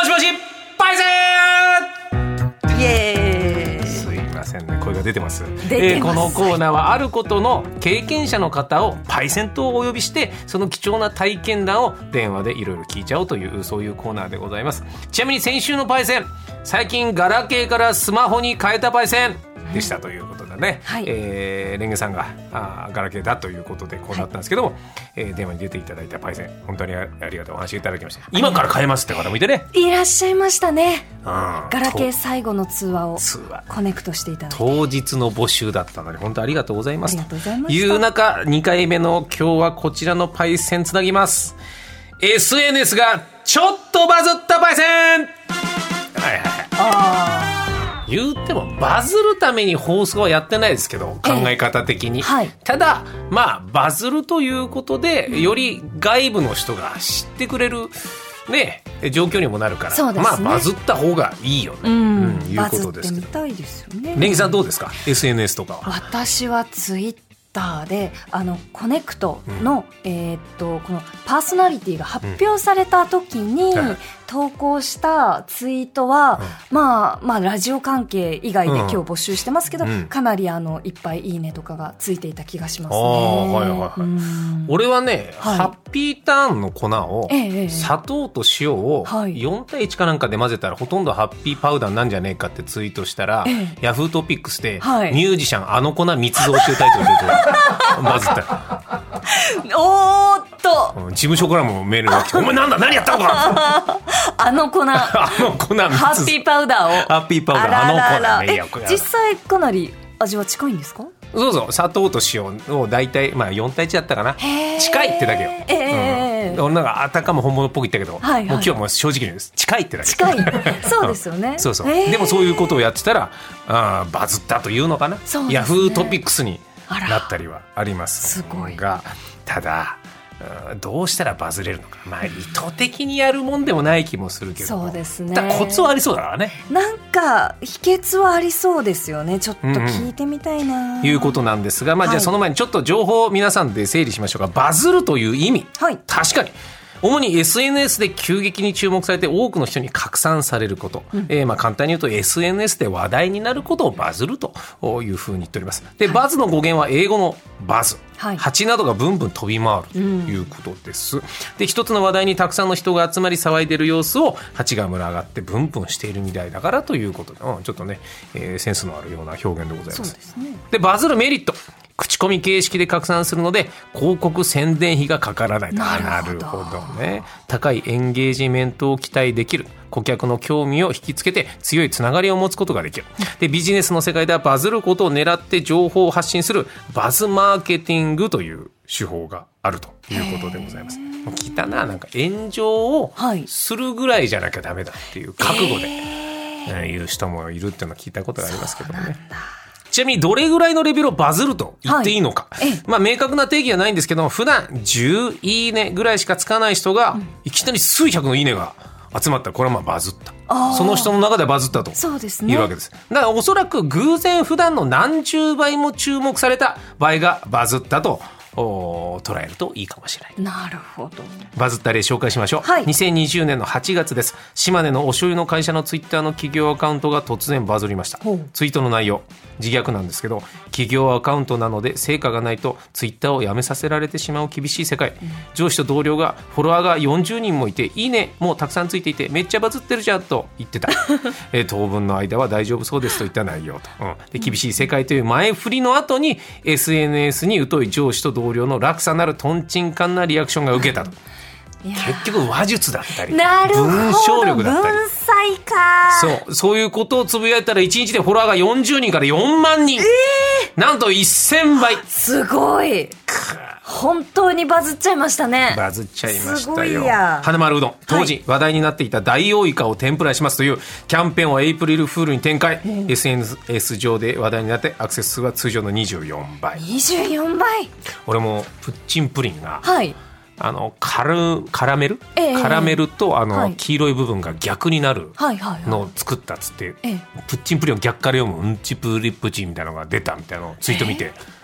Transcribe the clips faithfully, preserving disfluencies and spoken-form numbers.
しもしパイセン。 イエーイ。 すいませんね、声が出てます。 出てます。 えー、このコーナーはあることの経験者の方をパイセンとお呼びして、その貴重な体験談を電話でいろいろ聞いちゃおうという、そういうコーナーでございます。ちなみに先週のパイセン、最近ガラケーからスマホに変えたパイセンでしたということでね、 はい、 えー、レンゲさんがあガラケーだということでこうなったんですけども、はい、えー、電話に出ていただいたパイセン、本当に あ, ありがとうお話いただきました。今から変えますって方もいてね、 いらっしゃいましたね、 うん、 ガラケー最後の通話をコネクトしていただいて、 当日の募集だったので本当ありがとうございます。 ありがとうございまという中、にかいめの今日はこちらのパイセンつなぎます。 エスエヌエス がちょっとバズったパイセン。はいはいはい。 あ言ってもバズるために放送はやってないですけど、考え方的に、 はい、 ただまあバズるということでより外部の人が知ってくれるね、状況にもなるから、 そうですね、 まあバズった方がいいよね、 うんうん、いうことですけど、 バズってみたいですよね。 レンギさんどうですか、 エスエヌエス とかは。 私はツイッターであのコネクトの、うん、えー、っとこのパーソナリティが発表された時に、うん、投稿したツイートは、うん、まあまあラジオ関係以外で今日募集してますけど、うん、かなりあのいっぱいいいねとかがついていた気がしますね。あ、 はいはいはい、うん、俺はね、はい、ハッピーターンの粉を、 ええ、 砂糖と塩をよんたいいちかなんかで混ぜたらほとんどハッピーパウダーなんじゃねえかってツイートしたら、ええ、ヤフートピックスで、はい、ミュージシャンあの粉密造っていうタイトルでバズった。 おーっと、 うん、事務所からもメールが来てお前なんだ何やったのかあの粉あの粉密造ハッピーパウダーをハッピーパウダーあの粉らね。 え実際かなり味は近いんですか。 そうそう、砂糖と塩を大体、まあ、よんたいいちだったかな、近いってだけよ、 えーうん、俺なんかあたかも本物っぽく言ったけど、はいはい、もう今日も正直に言うんです、近いってだけ。 近いそうですよねそうそう、でもそういうことをやってたらあバズったというのかな、ね、ヤフートピックスになったりはありますが、ただどうしたらバズれるのか、まあ、意図的にやるもんでもない気もするけど、 そうですね、 だコツはありそうだからね。 なんか秘訣はありそうですよね。ちょっと聞いてみたいな、 うん、いうことなんですが、まあ、じゃあその前にちょっと情報を皆さんで整理しましょうか。バズるという意味、はい、確かに主に エスエヌエス で急激に注目されて多くの人に拡散されること、うん、えー、まあ簡単に言うと エスエヌエス で話題になることをバズるというふうに言っております。で、バズの語源は英語のバズ、はい、蜂などがブンブン飛び回るということです、うん、で一つの話題にたくさんの人が集まり騒いでいる様子を蜂が群がってブンブンしているみたいだからということで、うん、ちょっとね、えー、センスのあるような表現でございます。そうですね。でバズるメリット、口コミ形式で拡散するので広告宣伝費がかからない。なるほどね。高いエンゲージメントを期待できる、顧客の興味を引きつけて強いつながりを持つことができる。でビジネスの世界ではバズることを狙って情報を発信するバズマーケティングという手法があるということでございます。聞いたな、なんか炎上をするぐらいじゃなきゃダメだっていう覚悟で、えー、いう人もいるっていうのを聞いたことがありますけどもね。ちなみにどれぐらいのレベルをバズると言っていいのか、はい、まあ、明確な定義はないんですけど、普段じゅういいねぐらいしかつかない人がいきなり数百のいいねが集まったら、これはまあバズった、その人の中でバズったというわけです。そうですね。だからおそらく偶然普段の何十倍も注目された場合がバズったと捉えるといいかもしれない。 なるほど。 バズった例紹介しましょう、はい、にせんにじゅうねんのはちがつです。島根のお醤油の会社のツイッターの企業アカウントが突然バズりました。ツイートの内容自虐なんですけど、企業アカウントなので成果がないとツイッターをやめさせられてしまう厳しい世界、うん、上司と同僚がフォロワーがよんじゅうにんもいていいねもうたくさんついていてめっちゃバズってるじゃんと言ってたえ当分の間は大丈夫そうですといった内容と、うん、で厳しい世界という前振りの後に エスエヌエス に疎い上司と同僚の落差なるトンチンカンなリアクションが受けたと。結局話術だったり文章力だったり、 文才か、 そう、そういうことをつぶやいたらいちにちでフォロワーがよんじゅうにんからよんまんにん、えー、なんとせんばい。 すごい、本当にバズっちゃいましたね。 バズっちゃいましたよ。花丸うどん、当時話題になっていたダイオウイカを天ぷらにしますというキャンペーンをエイプリルフールに展開、うん、エスエヌエス 上で話題になってアクセス数は通常のにじゅうよんばい。 にじゅうよんばい。 俺もプッチンプリンが、 はい、 あのカルカラメル、えー、カラメルとあの、はい、黄色い部分が逆になるのを作ったっつって、はいはいはい、プッチンプリンを逆から読むうんちプリプチンみたいなのが出たみたいなのをツイート見て、え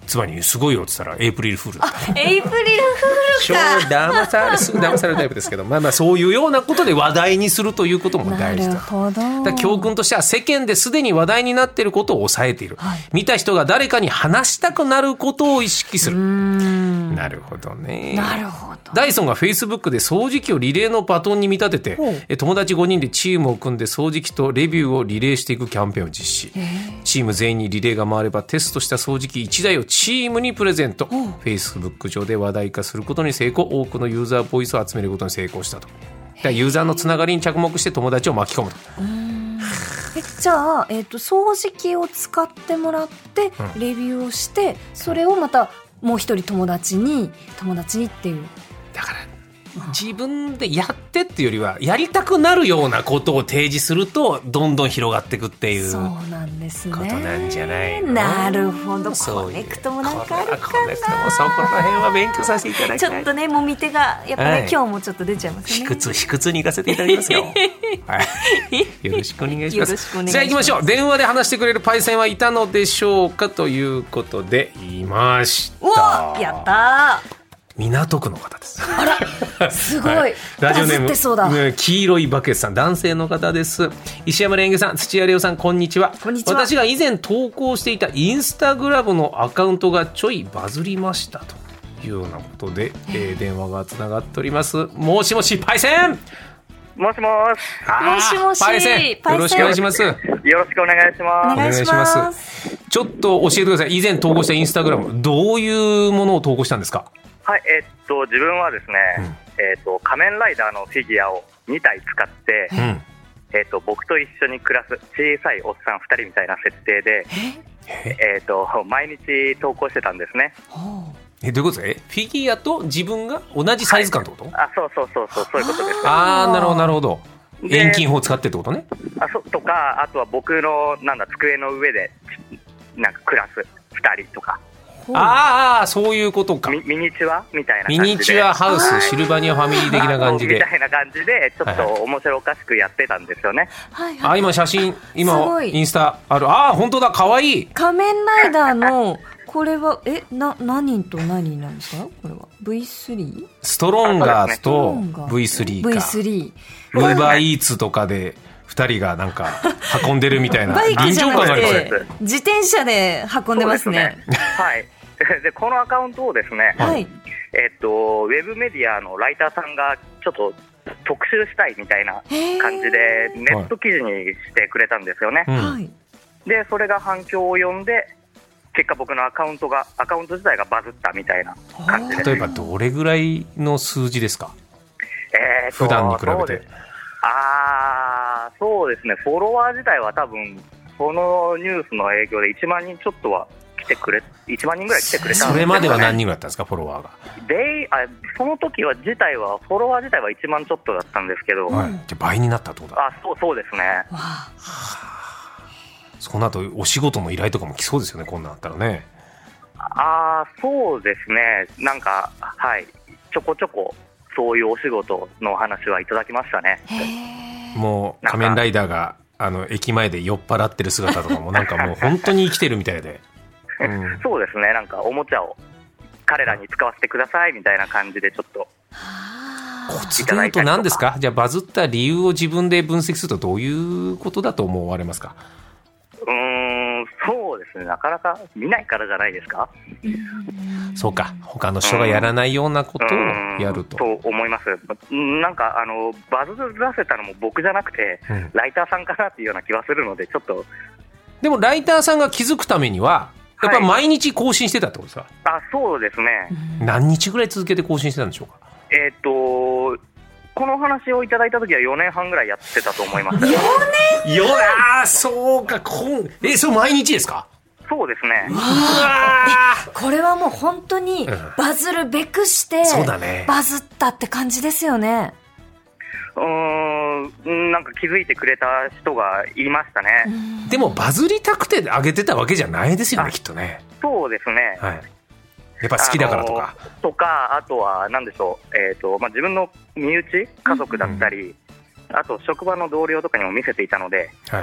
つまりすごいよって言ったらエイプリルフールだったエイプリルフールか超騙されすぐ騙されるタイプですけどまあまあそういうようなことで話題にするということも大事だ。 なるほど。 だ教訓としては世間ですでに話題になっていることを抑えている、はい、見た人が誰かに話したくなることを意識する。うーんなるほどね。 なるほど。 ダイソンがフェイスブックで掃除機をリレーのバトンに見立てて友達ごにんでチームを組んで掃除機とレビューをリレーしていくキャンペーンを実施。チーム全員にリレーが回ればテストした掃除機いちだいをチームにプレゼント。フェイスブック上で話題化することに成功。多くのユーザーボイスを集めることに成功したと。だからユーザーのつながりに着目して友達を巻き込むと。うーんえじゃあ、えーと、掃除機を使ってもらってレビューをして、うん、それをまたもう一人友達に友達にっていう。 だから自分でやってっていうよりはやりたくなるようなことを提示するとどんどん広がっていくっていうそうなんですねことなんじゃないの。 なるほど。コネクトもなんかあるかな。 コネクトもそこら辺は勉強させていただきたい。 ちょっとねもみ手がやっぱり、ねはい、今日もちょっと出ちゃいますね。 卑屈卑屈に行かせていただきますよ、はい、よろしくお願いします。 よろしくお願いします。 じゃあ行きましょう。電話で話してくれるパイセンはいたのでしょうかということで言いました。 おやったー。 港区の方です。 あらすごい、はい、 ラジオネームバズってそうだ、 ね、黄色いバケツさん男性の方です。石山レンゲさん土屋レオさんこんにちは。 こんにちは。 私が以前投稿していたインスタグラムのアカウントがちょいバズりましたというようなことで、えー、電話がつながっております。もしもしパイセン。 もしもしもしもしパイセンよろしくお願いします。よろしくお願いします。 お願いします。 ちょっと教えてください。以前投稿したインスタグラムどういうものを投稿したんですか。 はい、えー、っと自分はですね、うんえー、っと仮面ライダーのフィギュアをにたい使って、うんえー、っと僕と一緒に暮らす小さいおっさんふたりみたいな設定で、えー、っと毎日投稿してたんですね。 えどういうことですか。フィギュアと自分が同じサイズ感ってこと、はい、 あそうそうそうそうそういうことです。 ああなるほどなるほど。遠近法を使ってってことね。 あそとかあとは僕のなんだ机の上でなんか暮らすふたりとか。 ああそういうことか。 ミ, ミニチュアみたいな感じでミニチュアハウスシルバニアファミリー的な感じでみたいな感じでちょっと面白おかしくやってたんですよね、 はいはい、 あ今写真今インスタある。あ本当だかわいい。 仮面ライダーのこれはえな何と何なんですか。これは ブイスリーストロンガーズと ブイスリー かブイスリーウーバーイーツとかでふたりがなんか運んでるみたいなバイクじゃなくて臨自転車で運んでますね。 はいでこのアカウントをですね、はいえっと、ウェブメディアのライターさんがちょっと特集したいみたいな感じでネット記事にしてくれたんですよね、はい、でそれが反響を呼んで結果僕のアカウントがアカウント自体がバズったみたいな感じです。 例えばどれぐらいの数字ですか、えー、普段に比べて。 あそうですねフォロワー自体は多分このニュースの影響でいちまんにんちょっとは来てくれいちまんにんぐらい来てくれたんですよね。 それまでは何人ぐらいだったんですかフォロワーが。 であその時は自体はフォロワー自体はいちまんちょっとだったんですけど、 はい、じゃあ倍になったってことだ。 あそうそうですね。 はその後お仕事の依頼とかも来そうですよねこんなんあったらね。 あそうですねなんかはいちょこちょこそういうお仕事のお話はいただきましたね。 もう仮面ライダーがあの駅前で酔っ払ってる姿とかもなんかもう本当に生きてるみたいで、 うん、そうですねなんかおもちゃを彼らに使わせてくださいみたいな感じでちょっとコツでいうと何ですか。じゃあバズった理由を自分で分析するとどういうことだと思われますか。 うーんそうですねなかなか見ないからじゃないですか。 そうか他の人がやらないようなことをやると、 うん、と思います。なんかあのバズらせたのも僕じゃなくて、うん、ライターさんかなっていうような気はするのでちょっと。でもライターさんが気づくためにはやっぱ毎日更新してたってことですか。はい、 あそうですね。 何日ぐらい続けて更新してたんでしょうか。 えっ、ー、とこの話をいただいた時はよねんはんぐらいやってたと思います。 よねんよあそうかこんえそれ毎日ですか。 そうですね。 うわこれはもう本当にバズるべくしてバズったって感じですよね。 うーんなんか気づいてくれた人がいましたね。 でもバズりたくて上げてたわけじゃないですよねきっとね。 そうですね、 はい、やっぱ好きだからとかとかあとは何でしょう、えーとまあ、自分の身内家族だったり、うん、あと職場の同僚とかにも見せていたので、 はい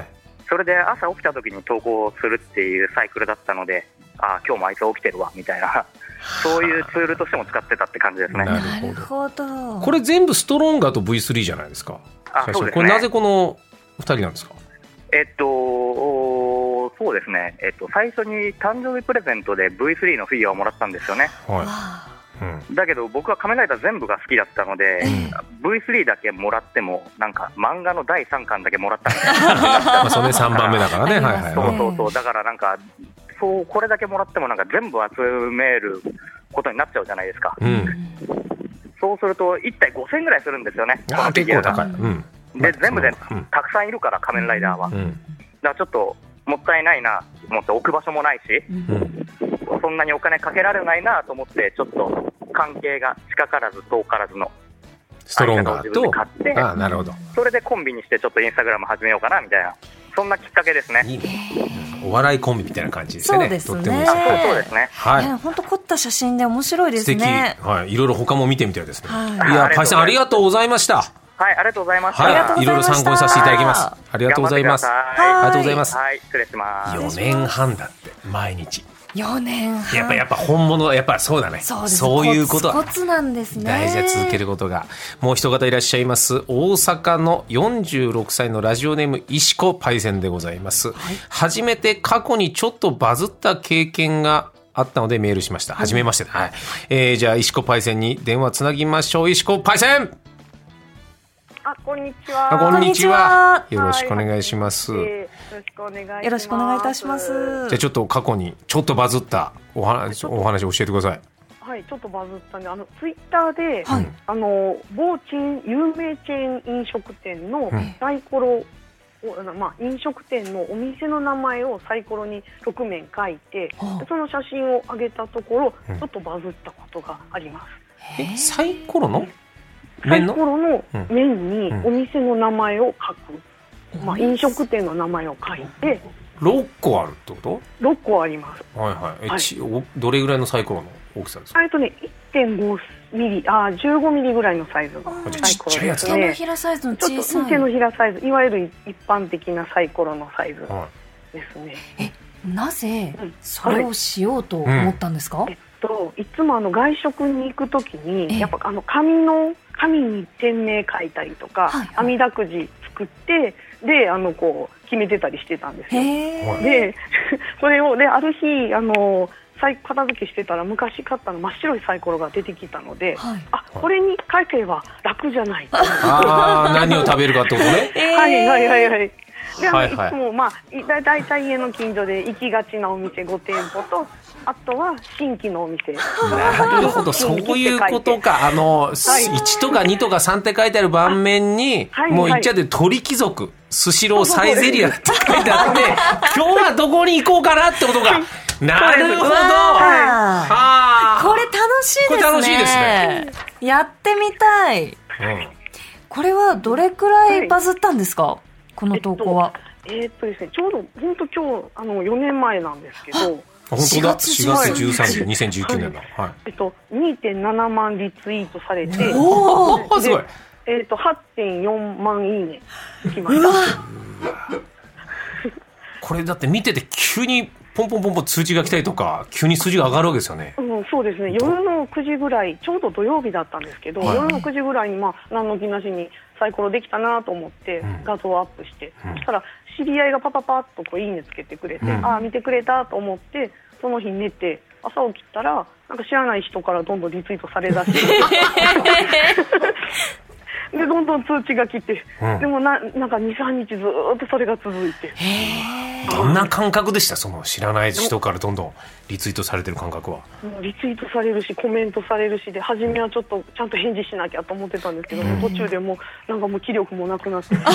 それで朝起きた時に投稿するっていうサイクルだったので、あ今日もあいつ起きてるわみたいなそういうツールとしても使ってたって感じですね。 なるほど。 これ全部ストロンガーと ブイスリー じゃないですか。 あそうですね、 これなぜこのふたりなんですか。 えっとそうですね、えっと、最初に誕生日プレゼントで ブイスリー のフィギュアをもらったんですよね、はいうん、だけど僕は仮面ライダー全部が好きだったので、うん、ブイスリー だけもらってもなんか漫画のだいさんかんだけもらったみたいなまあそれさんばんめだからね、はいはい、そうそうそう、だからなんかそうこれだけもらってもなんか全部集めることになっちゃうじゃないですか、うん、そうするといったいごせんえんぐらいするんですよね。 あ結構高い、うんで全部でたくさんいるから仮面ライダーは、うん、だからちょっともったいないなと思って置く場所もないし、うん、そんなにお金かけられないなと思ってちょっと関係が近からず遠からずのストロンガーと買って、 あなるほど、 それでコンビにしてちょっとインスタグラム始めようかなみたいなそんなきっかけですね。いいね、 お笑いコンビみたいな感じですね。 そうですね。 とってもいいですね。そうですね。 はい。本当凝った写真で面白いですね。 素敵。はい。いろいろ他も見てみたいですね。はい、いやパイさんありがとうございました。 はい、ありがとうございました。 はい、いろいろ参考にさせていただきます。ありがとうございます。ありがとうございます。 はい、失礼します。 よねんはんだって毎日。 よねんはん。 やっぱやっぱ本物やっぱそうだね。 そうです。 そういうこと。 コツなんですね。 大事は続けることが。もう一方いらっしゃいます。大阪のよんじゅうろくさいのラジオネーム石子パイセンでございます。はい、初めて過去にちょっとバズった経験があったのでメールしました。初めまして。はい。えー、じゃあ石子パイセンに電話つなぎましょう。石子パイセン。 あ、こんにちは。 こんにちは。よろしくお願いします。はい、 よろしくお願いします。 よろしくお願いいたします。 じゃあちょっと過去にちょっとバズったお話、お話教えてください。 はい、ちょっとバズったね。あのツイッターで、はい、あの某チェーン有名チェーン飲食店のサイコロを、うん、まあ飲食店のお店の名前をサイコロにろくめん書いて、うん、その写真を上げたところ、うん、ちょっとバズったことがあります。 え、サイコロの？ サイコロの面にお店の名前を書く、うんまあ、飲食店の名前を書いてろっこあるってこと？ ろっこあります。 はいはい。え、はい、ちおどれぐらいのサイコロの大きさですか？ えっとね いってんごミリ、あじゅうごミリぐらいのサイズのサイコロですね。 手のひらサイズの小さい。 ちょっと手のひらサイズ、いわゆる一般的なサイコロのサイズですね。 はい、え、なぜそれをしようと思ったんですか？うん、えっといつもあの外食に行くときにやっぱあの紙の紙に店名書いたりとか、はいはい、網だくじ作ってであのこう決めてたりしてたんですよ。でそれをである日あの片付けしてたら昔買ったの真っ白いサイコロが出てきたので、はい、あこれに書けば楽じゃないとあ何を食べるかってことね。 はいはいはいはい。であの、はいはい、いつもまあだいたい家の近所で行きがちなお店ごてんぽとあとは新規のお店。 なるほど、そういうことか。あの、はい、いちとかにとかさんって書いてある盤面に、はいはい、もう言っちゃって鳥貴族スシローサイゼリアって書いてあって今日はどこに行こうかなってことか。なるほど、 はい、これ楽しいですね。 これ楽しいですね。 やってみたい、うん、これはどれくらいバズったんですか、はい、この投稿は。 えー、っとですね、ちょうど本当今日あのよねんまえなんですけど、 本当だしがつじゅうさんにちにせんじゅうきゅうねんの、はいはい、 えっと、にてんななまんリツイートされて、 おーすごい、 えー、っと はってんよんまんいいねつきました。 これだって見てて急にポンポンポンポン通知が来たりとか急に数字が上がるわけですよね。 うん、そうですね。夜のくじぐらい、ちょうど土曜日だったんですけど、はい、夜のくじぐらいに、まあ、何の気なしにサイコロできたなと思って画像をアップして、うん、そしたら知り合いがパパパッとこういいねつけてくれて、うん、ああ見てくれたと思ってその日寝て朝起きたらなんか知らない人からどんどんリツイートされだしてでどんどん通知が来て、うん、でも な, なんか にさんにちずっとそれが続いて。 どんな感覚でした？その知らない人からどんどんリツイートされてる感覚は。 もうリツイートされるしコメントされるしで初めはちょっとちゃんと返事しなきゃと思ってたんですけど、うん、途中でもうなんかもう気力もなくなって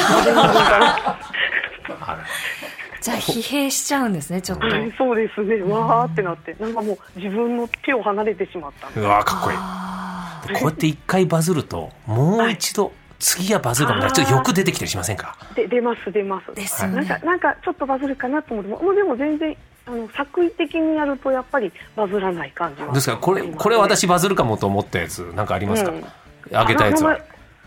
じゃあ疲弊しちゃうんですねちょっと、 はい、そうですね。わーってなってなんかもう自分の手を離れてしまったんです。 うわーかっこいい。こうやって一回バズるともう一度、はい、次はバズるかも。ちょっとよく出てきたりしませんか？ で出ます出ますですよね。 なんかなんかちょっとバズるかなと思っても、もうでも全然あの作為的にやるとやっぱりバズらない感じは。 ですからこれこれ私バズるかもと思ったやつなんかありますか？うん、あげたやつは。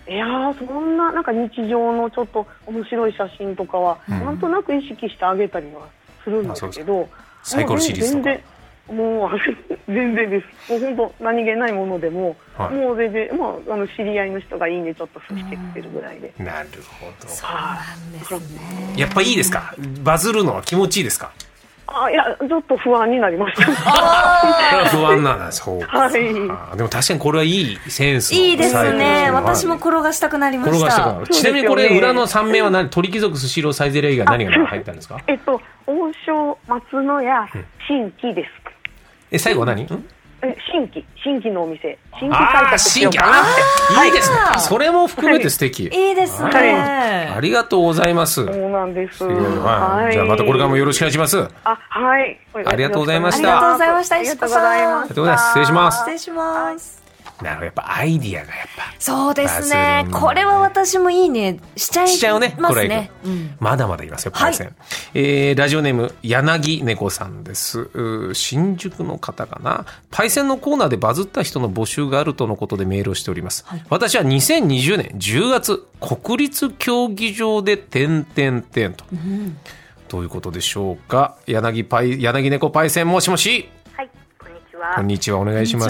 いやー、そんななんか日常のちょっと面白い写真とかは、うん、なんとなく意識してあげたりはするんですけど、 サイコロシリーズとか全然もう全然です。もう本当何気ないものでも、はい、もう全然、まあ、あの知り合いの人がいいねちょっとしてきてるぐらいで。 なるほど。 そうなんですね。 やっぱいいですか？バズるのは気持ちいいですか？ あ、いや、ちょっと不安になりました。 あ不安なんだ。そうか。はい。あでも確かにこれはいいセンスのいいですね。私も転がしたくなりました。転がしたくなる。 ちなみにこれ裏のさん名は何？鳥貴族スシローサイゼリヤ以外何が入ったんですか？ えっと王将松野屋新規です。 え最後は何？ え新規新規のお店新規開拓しようかなって。 いいですね。それも含めて素敵。 いいですね。 ありがとうございます。 そうなんです。 はい。じゃあまたこれからもよろしくお願いします。 あはい。 ありがとうございました。 ありがとうございました。石子さん。 ありがとうございます。失礼します。 失礼します。 なるほど、やっぱアイディアがやっぱそうですね。これは私もいいねしちゃいますね。しちゃうね。これ、うん、まだまだいますよパイセン、はい。えー、ラジオネーム柳猫さんです。新宿の方かな。パイセンのコーナーでバズった人の募集があるとのことでメールをしております。はい、私はにせんにじゅうねんじゅうがつ国立競技場で点々点と、うん、どういうことでしょうか。柳パイ柳猫パイセンもしもし。 はい、こんにちは。 こんにちは、お願いします。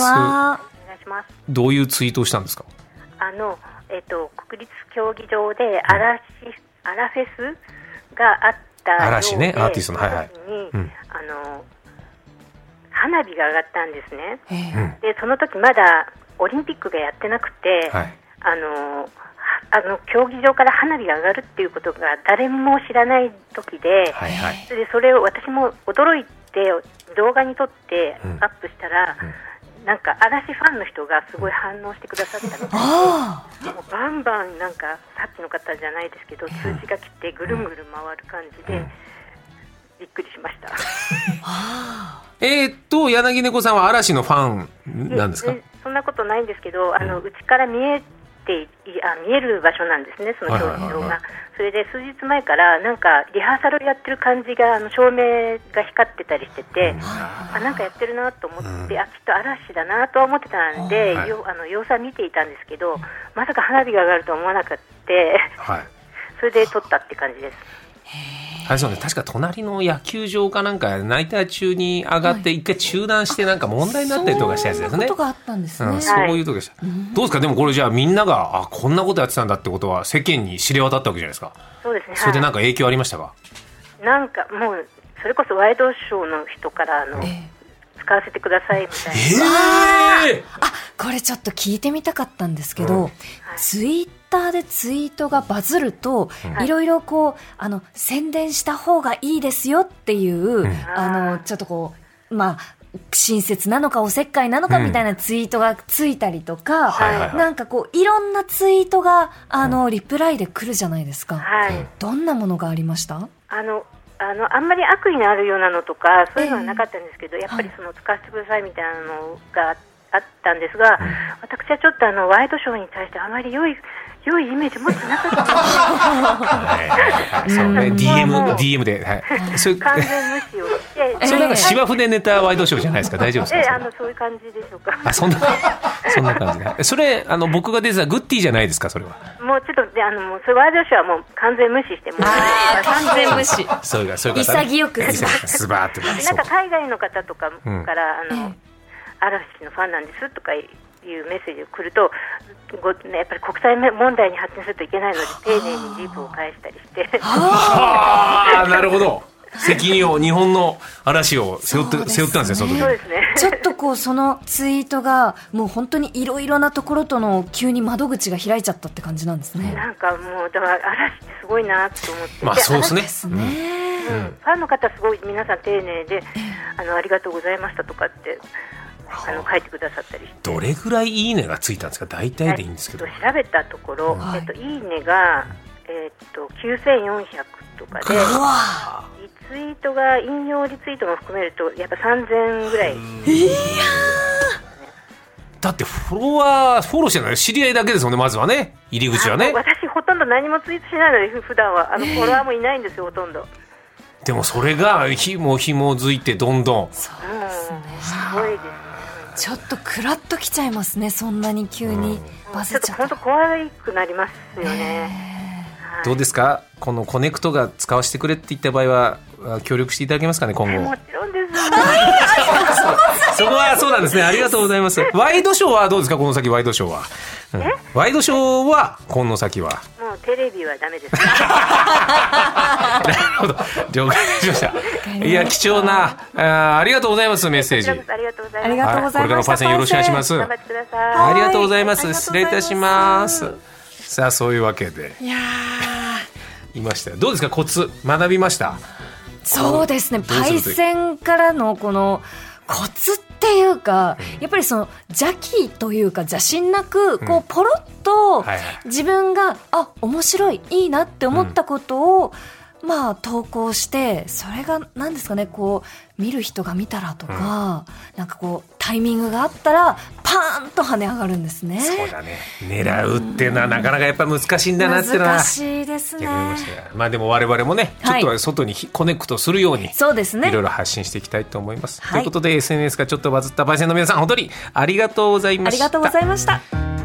どういうツイートをしたんですか？ あの、えっと、国立競技場でアラシ、アラフェスがあったようで、 嵐ね、アーティストの、はいはい、 うん、あの花火が上がったんですね。でその時まだオリンピックがやってなくて、はい、あのあの競技場から花火が上がるっていうことが誰も知らない時で、はいはい、それでそれを私も驚いて動画に撮ってアップしたら、うんうんなんか嵐ファンの人がすごい反応してくださったので、もうバンバンなんかさっきの方じゃないですけど数字が来てぐるんぐる回る感じで、うん、びっくりしました。 えーっと柳猫さんは嵐のファンなんですか？ そんなことないんですけど、あのうちから見えてあ見える場所なんですね、その競技場が。それで数日前からなんかリハーサルやってる感じがあの照明が光ってたりしてて、うん、あなんかやってるなと思って、うん、あきっと嵐だなとは思ってたんで、はい、よあの様子は見ていたんですけど、まさか花火が上がるとは思わなくて、はい、それで撮ったって感じです。 はい、そうね、確か隣の野球場かなんかナイター中に上がって一回中断してなんか問題になったりとかしたやつですね。 そういうことがあったんですね。うん、 そういう時でした、はい、どうですか。でもこれじゃあみんながあこんなことやってたんだってことは世間に知れ渡ったわけじゃないですか。 そうですね。 それでなんか影響ありましたか？ なんかもうそれこそワイドショーの人からあの、えー、使わせてくださいみたいな、えー、あこれちょっと聞いてみたかったんですけど、うん、ツイッターでツイートがバズると、いろいろこうあの宣伝した方がいいですよっていう、うん、あのちょっとこうまあ親切なのかおせっかいなのかみたいなツイートがついたりとか、うん、なんかこういろんなツイートがあのリプライで来るじゃないですか、はい、どんなものがありました？ あのあのあんまり悪意のあるようなのとかそういうのはなかったんですけど、えー、やっぱりその使わせてくださいみたいなのがあったんですが、うん、私はちょっとあのワイドショーに対してあまり良い良いイメージ持ってなかったんですよ。 そうね、ディーエム、ディーエム で、はい、 そういう完全無視をして、 それなんか芝生で寝たワイドショーじゃないですか。大丈夫ですか？ え、あのそういう感じでしょうか。 あ、そんなそんな感じで。それあの僕が出てたグッティじゃないですか、それは。 もうちょっとであのもうそれワイドショーはもう完全無視してもう完全無視。 そういうそういう方、 ね、潔くスバーって。 なんか海外の方とかから、うん、あの嵐のファンなんですとかいうメッセージが来るとご、ね、やっぱり国際問題に発展するといけないので丁寧にリプを返したりしてはあなるほど。責任を日本の嵐を背負って、ね、背負ったんですね。その時そうですね。 ちょっとこうそのツイートがもう本当にいろいろなところとの急に窓口が開いちゃったって感じなんですね。 なんかもうだから嵐ってすごいなと思って、 まあそうですね。 ですね、 うんうん、ファンの方すごい皆さん丁寧であのありがとうございましたとかってあの書いてくださったりして。 どれぐらいいいねがついたんですか？大体でいいんですけど、 えっと、調べたところ、はい、えっと、いいねが、えっと、きゅうせんよんひゃくとかでリツイートが引用リツイートも含めるとやっぱさんぜんぐらい。いやだってフォロワーフォローしてない知り合いだけですもんね。まずはね入り口はね。 私ほとんど何もツイートしないので普段はあのフォロワーもいないんですよ、ほとんど。 でもそれがひもひもづいてどんどんそうですね、 すごいです。 ちょっとクラッときちゃいますね、そんなに急にバズっちゃった。 ちょっと本当怖くなりますよね、 はい、どうですか、このコネクトが使わせてくれって言った場合は協力していただけますかね、今後。 もちろんですそこはそうなんですね、ありがとうございます。ワイドショーはどうですか、この先ワイドショーは、うん、ワイドショーはこの先はもうテレビはダメですなるほど、了解しました。いや、貴重な あ, ありがとうございます、メッセージ。 ありがとうございます。 ありがとうございました。 はい、これからのパイセンよろしくお願いします。 頑張ってください。 ありがとうございます。失礼いたします。さあ、そういうわけでいやいましたよ。どうですか、コツ学びました？ そうですね、パイセンからのこのコツっていうか、やっぱりその邪気というか邪心なくこうポロッと自分があ面白いいいなって思ったことをまあ投稿して、それが何ですかね、こう見る人が見たらとか、なんかこうタイミングがあったらパーンと跳ね上がるんですね。 そうだね、狙うっていうのはなかなかやっぱ難しいんだなっていうのは難しいですね。 まあでも我々もね、ちょっとは外にコネクトするように、はい、 そうですね、 いろいろ発信していきたいと思います、 はい、 ということで エスエヌエス がちょっとバズったパイセンの皆さん、本当にありがとうございました。 ありがとうございました。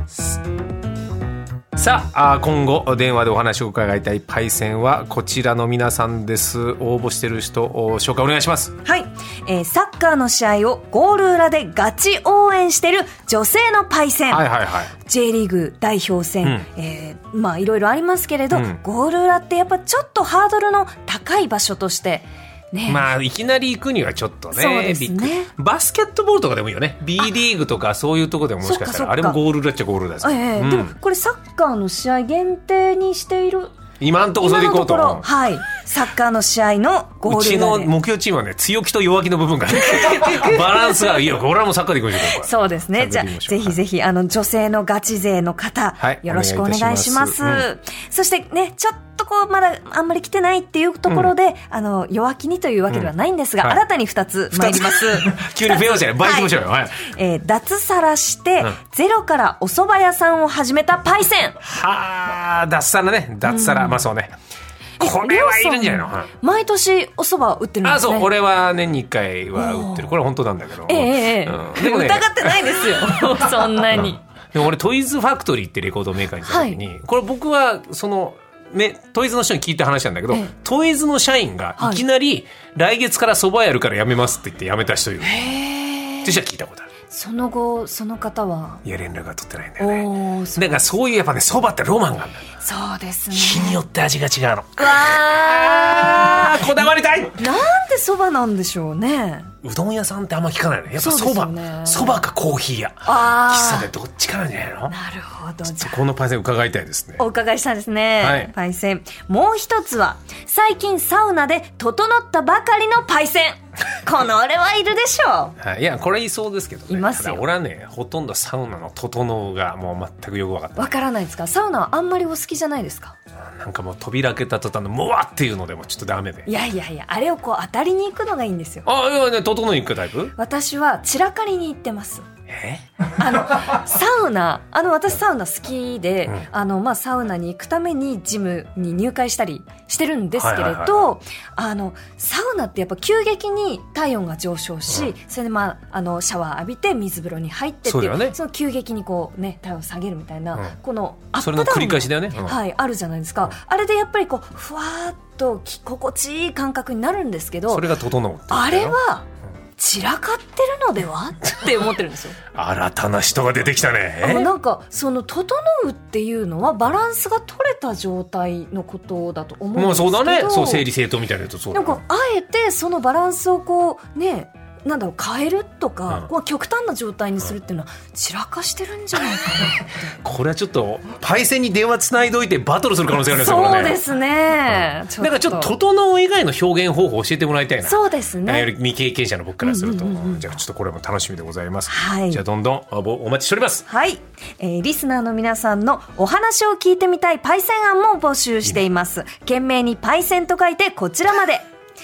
さあ、今後電話でお話を伺いたいパイセンはこちらの皆さんです。応募している人、紹介お願いします。 はい、えー、サッカーの試合をゴール裏でガチ応援している女性のパイセン、 はいはいはい、 J リーグ代表戦、うん、えー、まあいろいろありますけれど、うん、ゴール裏ってやっぱちょっとハードルの高い場所としてね、 まあいきなり行くにはちょっとね、 そうですね、 バスケットボールとかでもいいよね。 B リーグとかそういうとこでももしかしたらあれもゴール裏っちゃゴール裏ですけど、 えーうん、でもこれサッカーの試合限定にしている、 今のところそれでいこうと。 今のところ、はい、サッカーの試合のゴール裏で、うちの目標チームはね、強気と弱気の部分がバランスがいいよ。これはもうサッカーでいこうでしょう。 そうですね。じゃあぜひぜひあの女性のガチ勢の方、はい、よろしくお願いします。うん、そしてね、ちょっとこうまだあんまり来てないっていうところで、うん、あの弱気にというわけではないんですが、うん、はい、新たにふたつ参ります。 急に増えましたね。倍行きましょうよ。はい、 えー、脱サラして、うん、ゼロからお蕎麦屋さんを始めたパイセン。 はあ、脱サラね。脱サラ、うん、まあそうね。これはいるんじゃないの。 毎年お蕎麦売ってるんですね。 あ、そう、俺は年にいっかいは売ってる。これは本当なんだけど、 ええーうん、でもね、疑ってないですよそんなに、うん、でも俺トイズファクトリーってレコードメーカーにいた時に、はい、これ僕はそのね、トイズの人に聞いた話なんだけど、ええ、トイズの社員がいきなり来月から蕎麦やるから辞めますって言って辞めた人いる。へーって聞いたことある。 その後その方はいや連絡が取ってないんだよね。だからそういうやっぱね、蕎麦ってロマンがあるんだよ。 そうですね、 日によって味が違うの。 うわこだわりたい。 なんで蕎麦なんでしょうね。 うどん屋さんってあんま聞かないの。やっぱ蕎麦、蕎麦かコーヒー屋、 あ喫茶でどっちかなんじゃないの。 なるほど。 ちょっとこのパイセン伺いたいですね。 お伺いしたんですね、 はい、 パイセン。もう一つは最近サウナで整ったばかりのパイセン。この俺はいるでしょう、 はい、いやこれいそうですけどね。 いますよ。 ただ俺はね、ほとんどサウナの整うがもう全くよく分かった。 分からないですか。サウナはあんまりお好きじゃないですか。 なんかもう扉開けた途端のもわっていうのでもちょっとダメで。 いやいやいや、あれをこう当たりに行くのがいいんですよ。 あ、いやね、整いに行くタイプ。 私は散らかりに行ってます。 えあのサウナ、あの私サウナ好きで、うん、あのまあ、サウナに行くためにジムに入会したりしてるんですけれど、はいはいはい、あのサウナってやっぱ急激に体温が上昇し、うん、それで、まあ、あのシャワー浴びて水風呂に入ってっていう、そうだよね、その急激にこう、ね、体温を下げるみたいな、うん、このアップダウン、 それの繰り返しだよね、うん、 はい、あるじゃないですか、うん、あれでやっぱりこうふわーっと心地いい感覚になるんですけど、 それが整うってあれは散らかってるのではって思ってるんですよ。 新たな人が出てきたね。 あ、なんかその整うっていうのはバランスが取れた状態のことだと思うんですけど、 もうそうだね、そう整理整頓みたいなやつ、そうだね。 なんかあえてそのバランスをこうね、なんだろう、変えるとか、うん、こう極端な状態にするっていうのは散らかしてるんじゃないかなってこれはちょっとパイセンに電話つないどいてバトルする可能性があるんですよ。 そうですね、 うん、なんかちょっと整う以外の表現方法を教えてもらいたいな。 そうですね、 未経験者の僕からすると、うんうんうんうん、じゃあちょっとこれも楽しみでございます、 はい、 じゃあどんどんお待ちしております。 はい、えー、リスナーの皆さんのお話を聞いてみたいパイセン案も募集しています。懸命にパイセンと書いてこちらまで。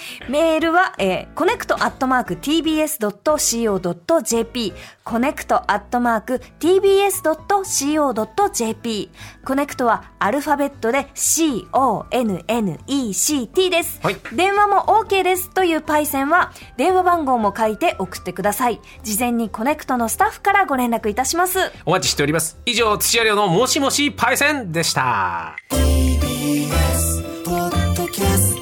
メールは、えー、コネクトアットマーク ティービーエスドットシーオードットジェーピー コネクトアットマーク ティービーエスドットシーオードットジェーピー コネクトはアルファベットで シーオーエヌエヌイーシーティー です、はい、電話も OK ですというパイセンは電話番号も書いて送ってください。事前にコネクトのスタッフからご連絡いたします。 お待ちしております。以上、土屋亮のもしもしパイセンでした。ティービーエスポッドキャスト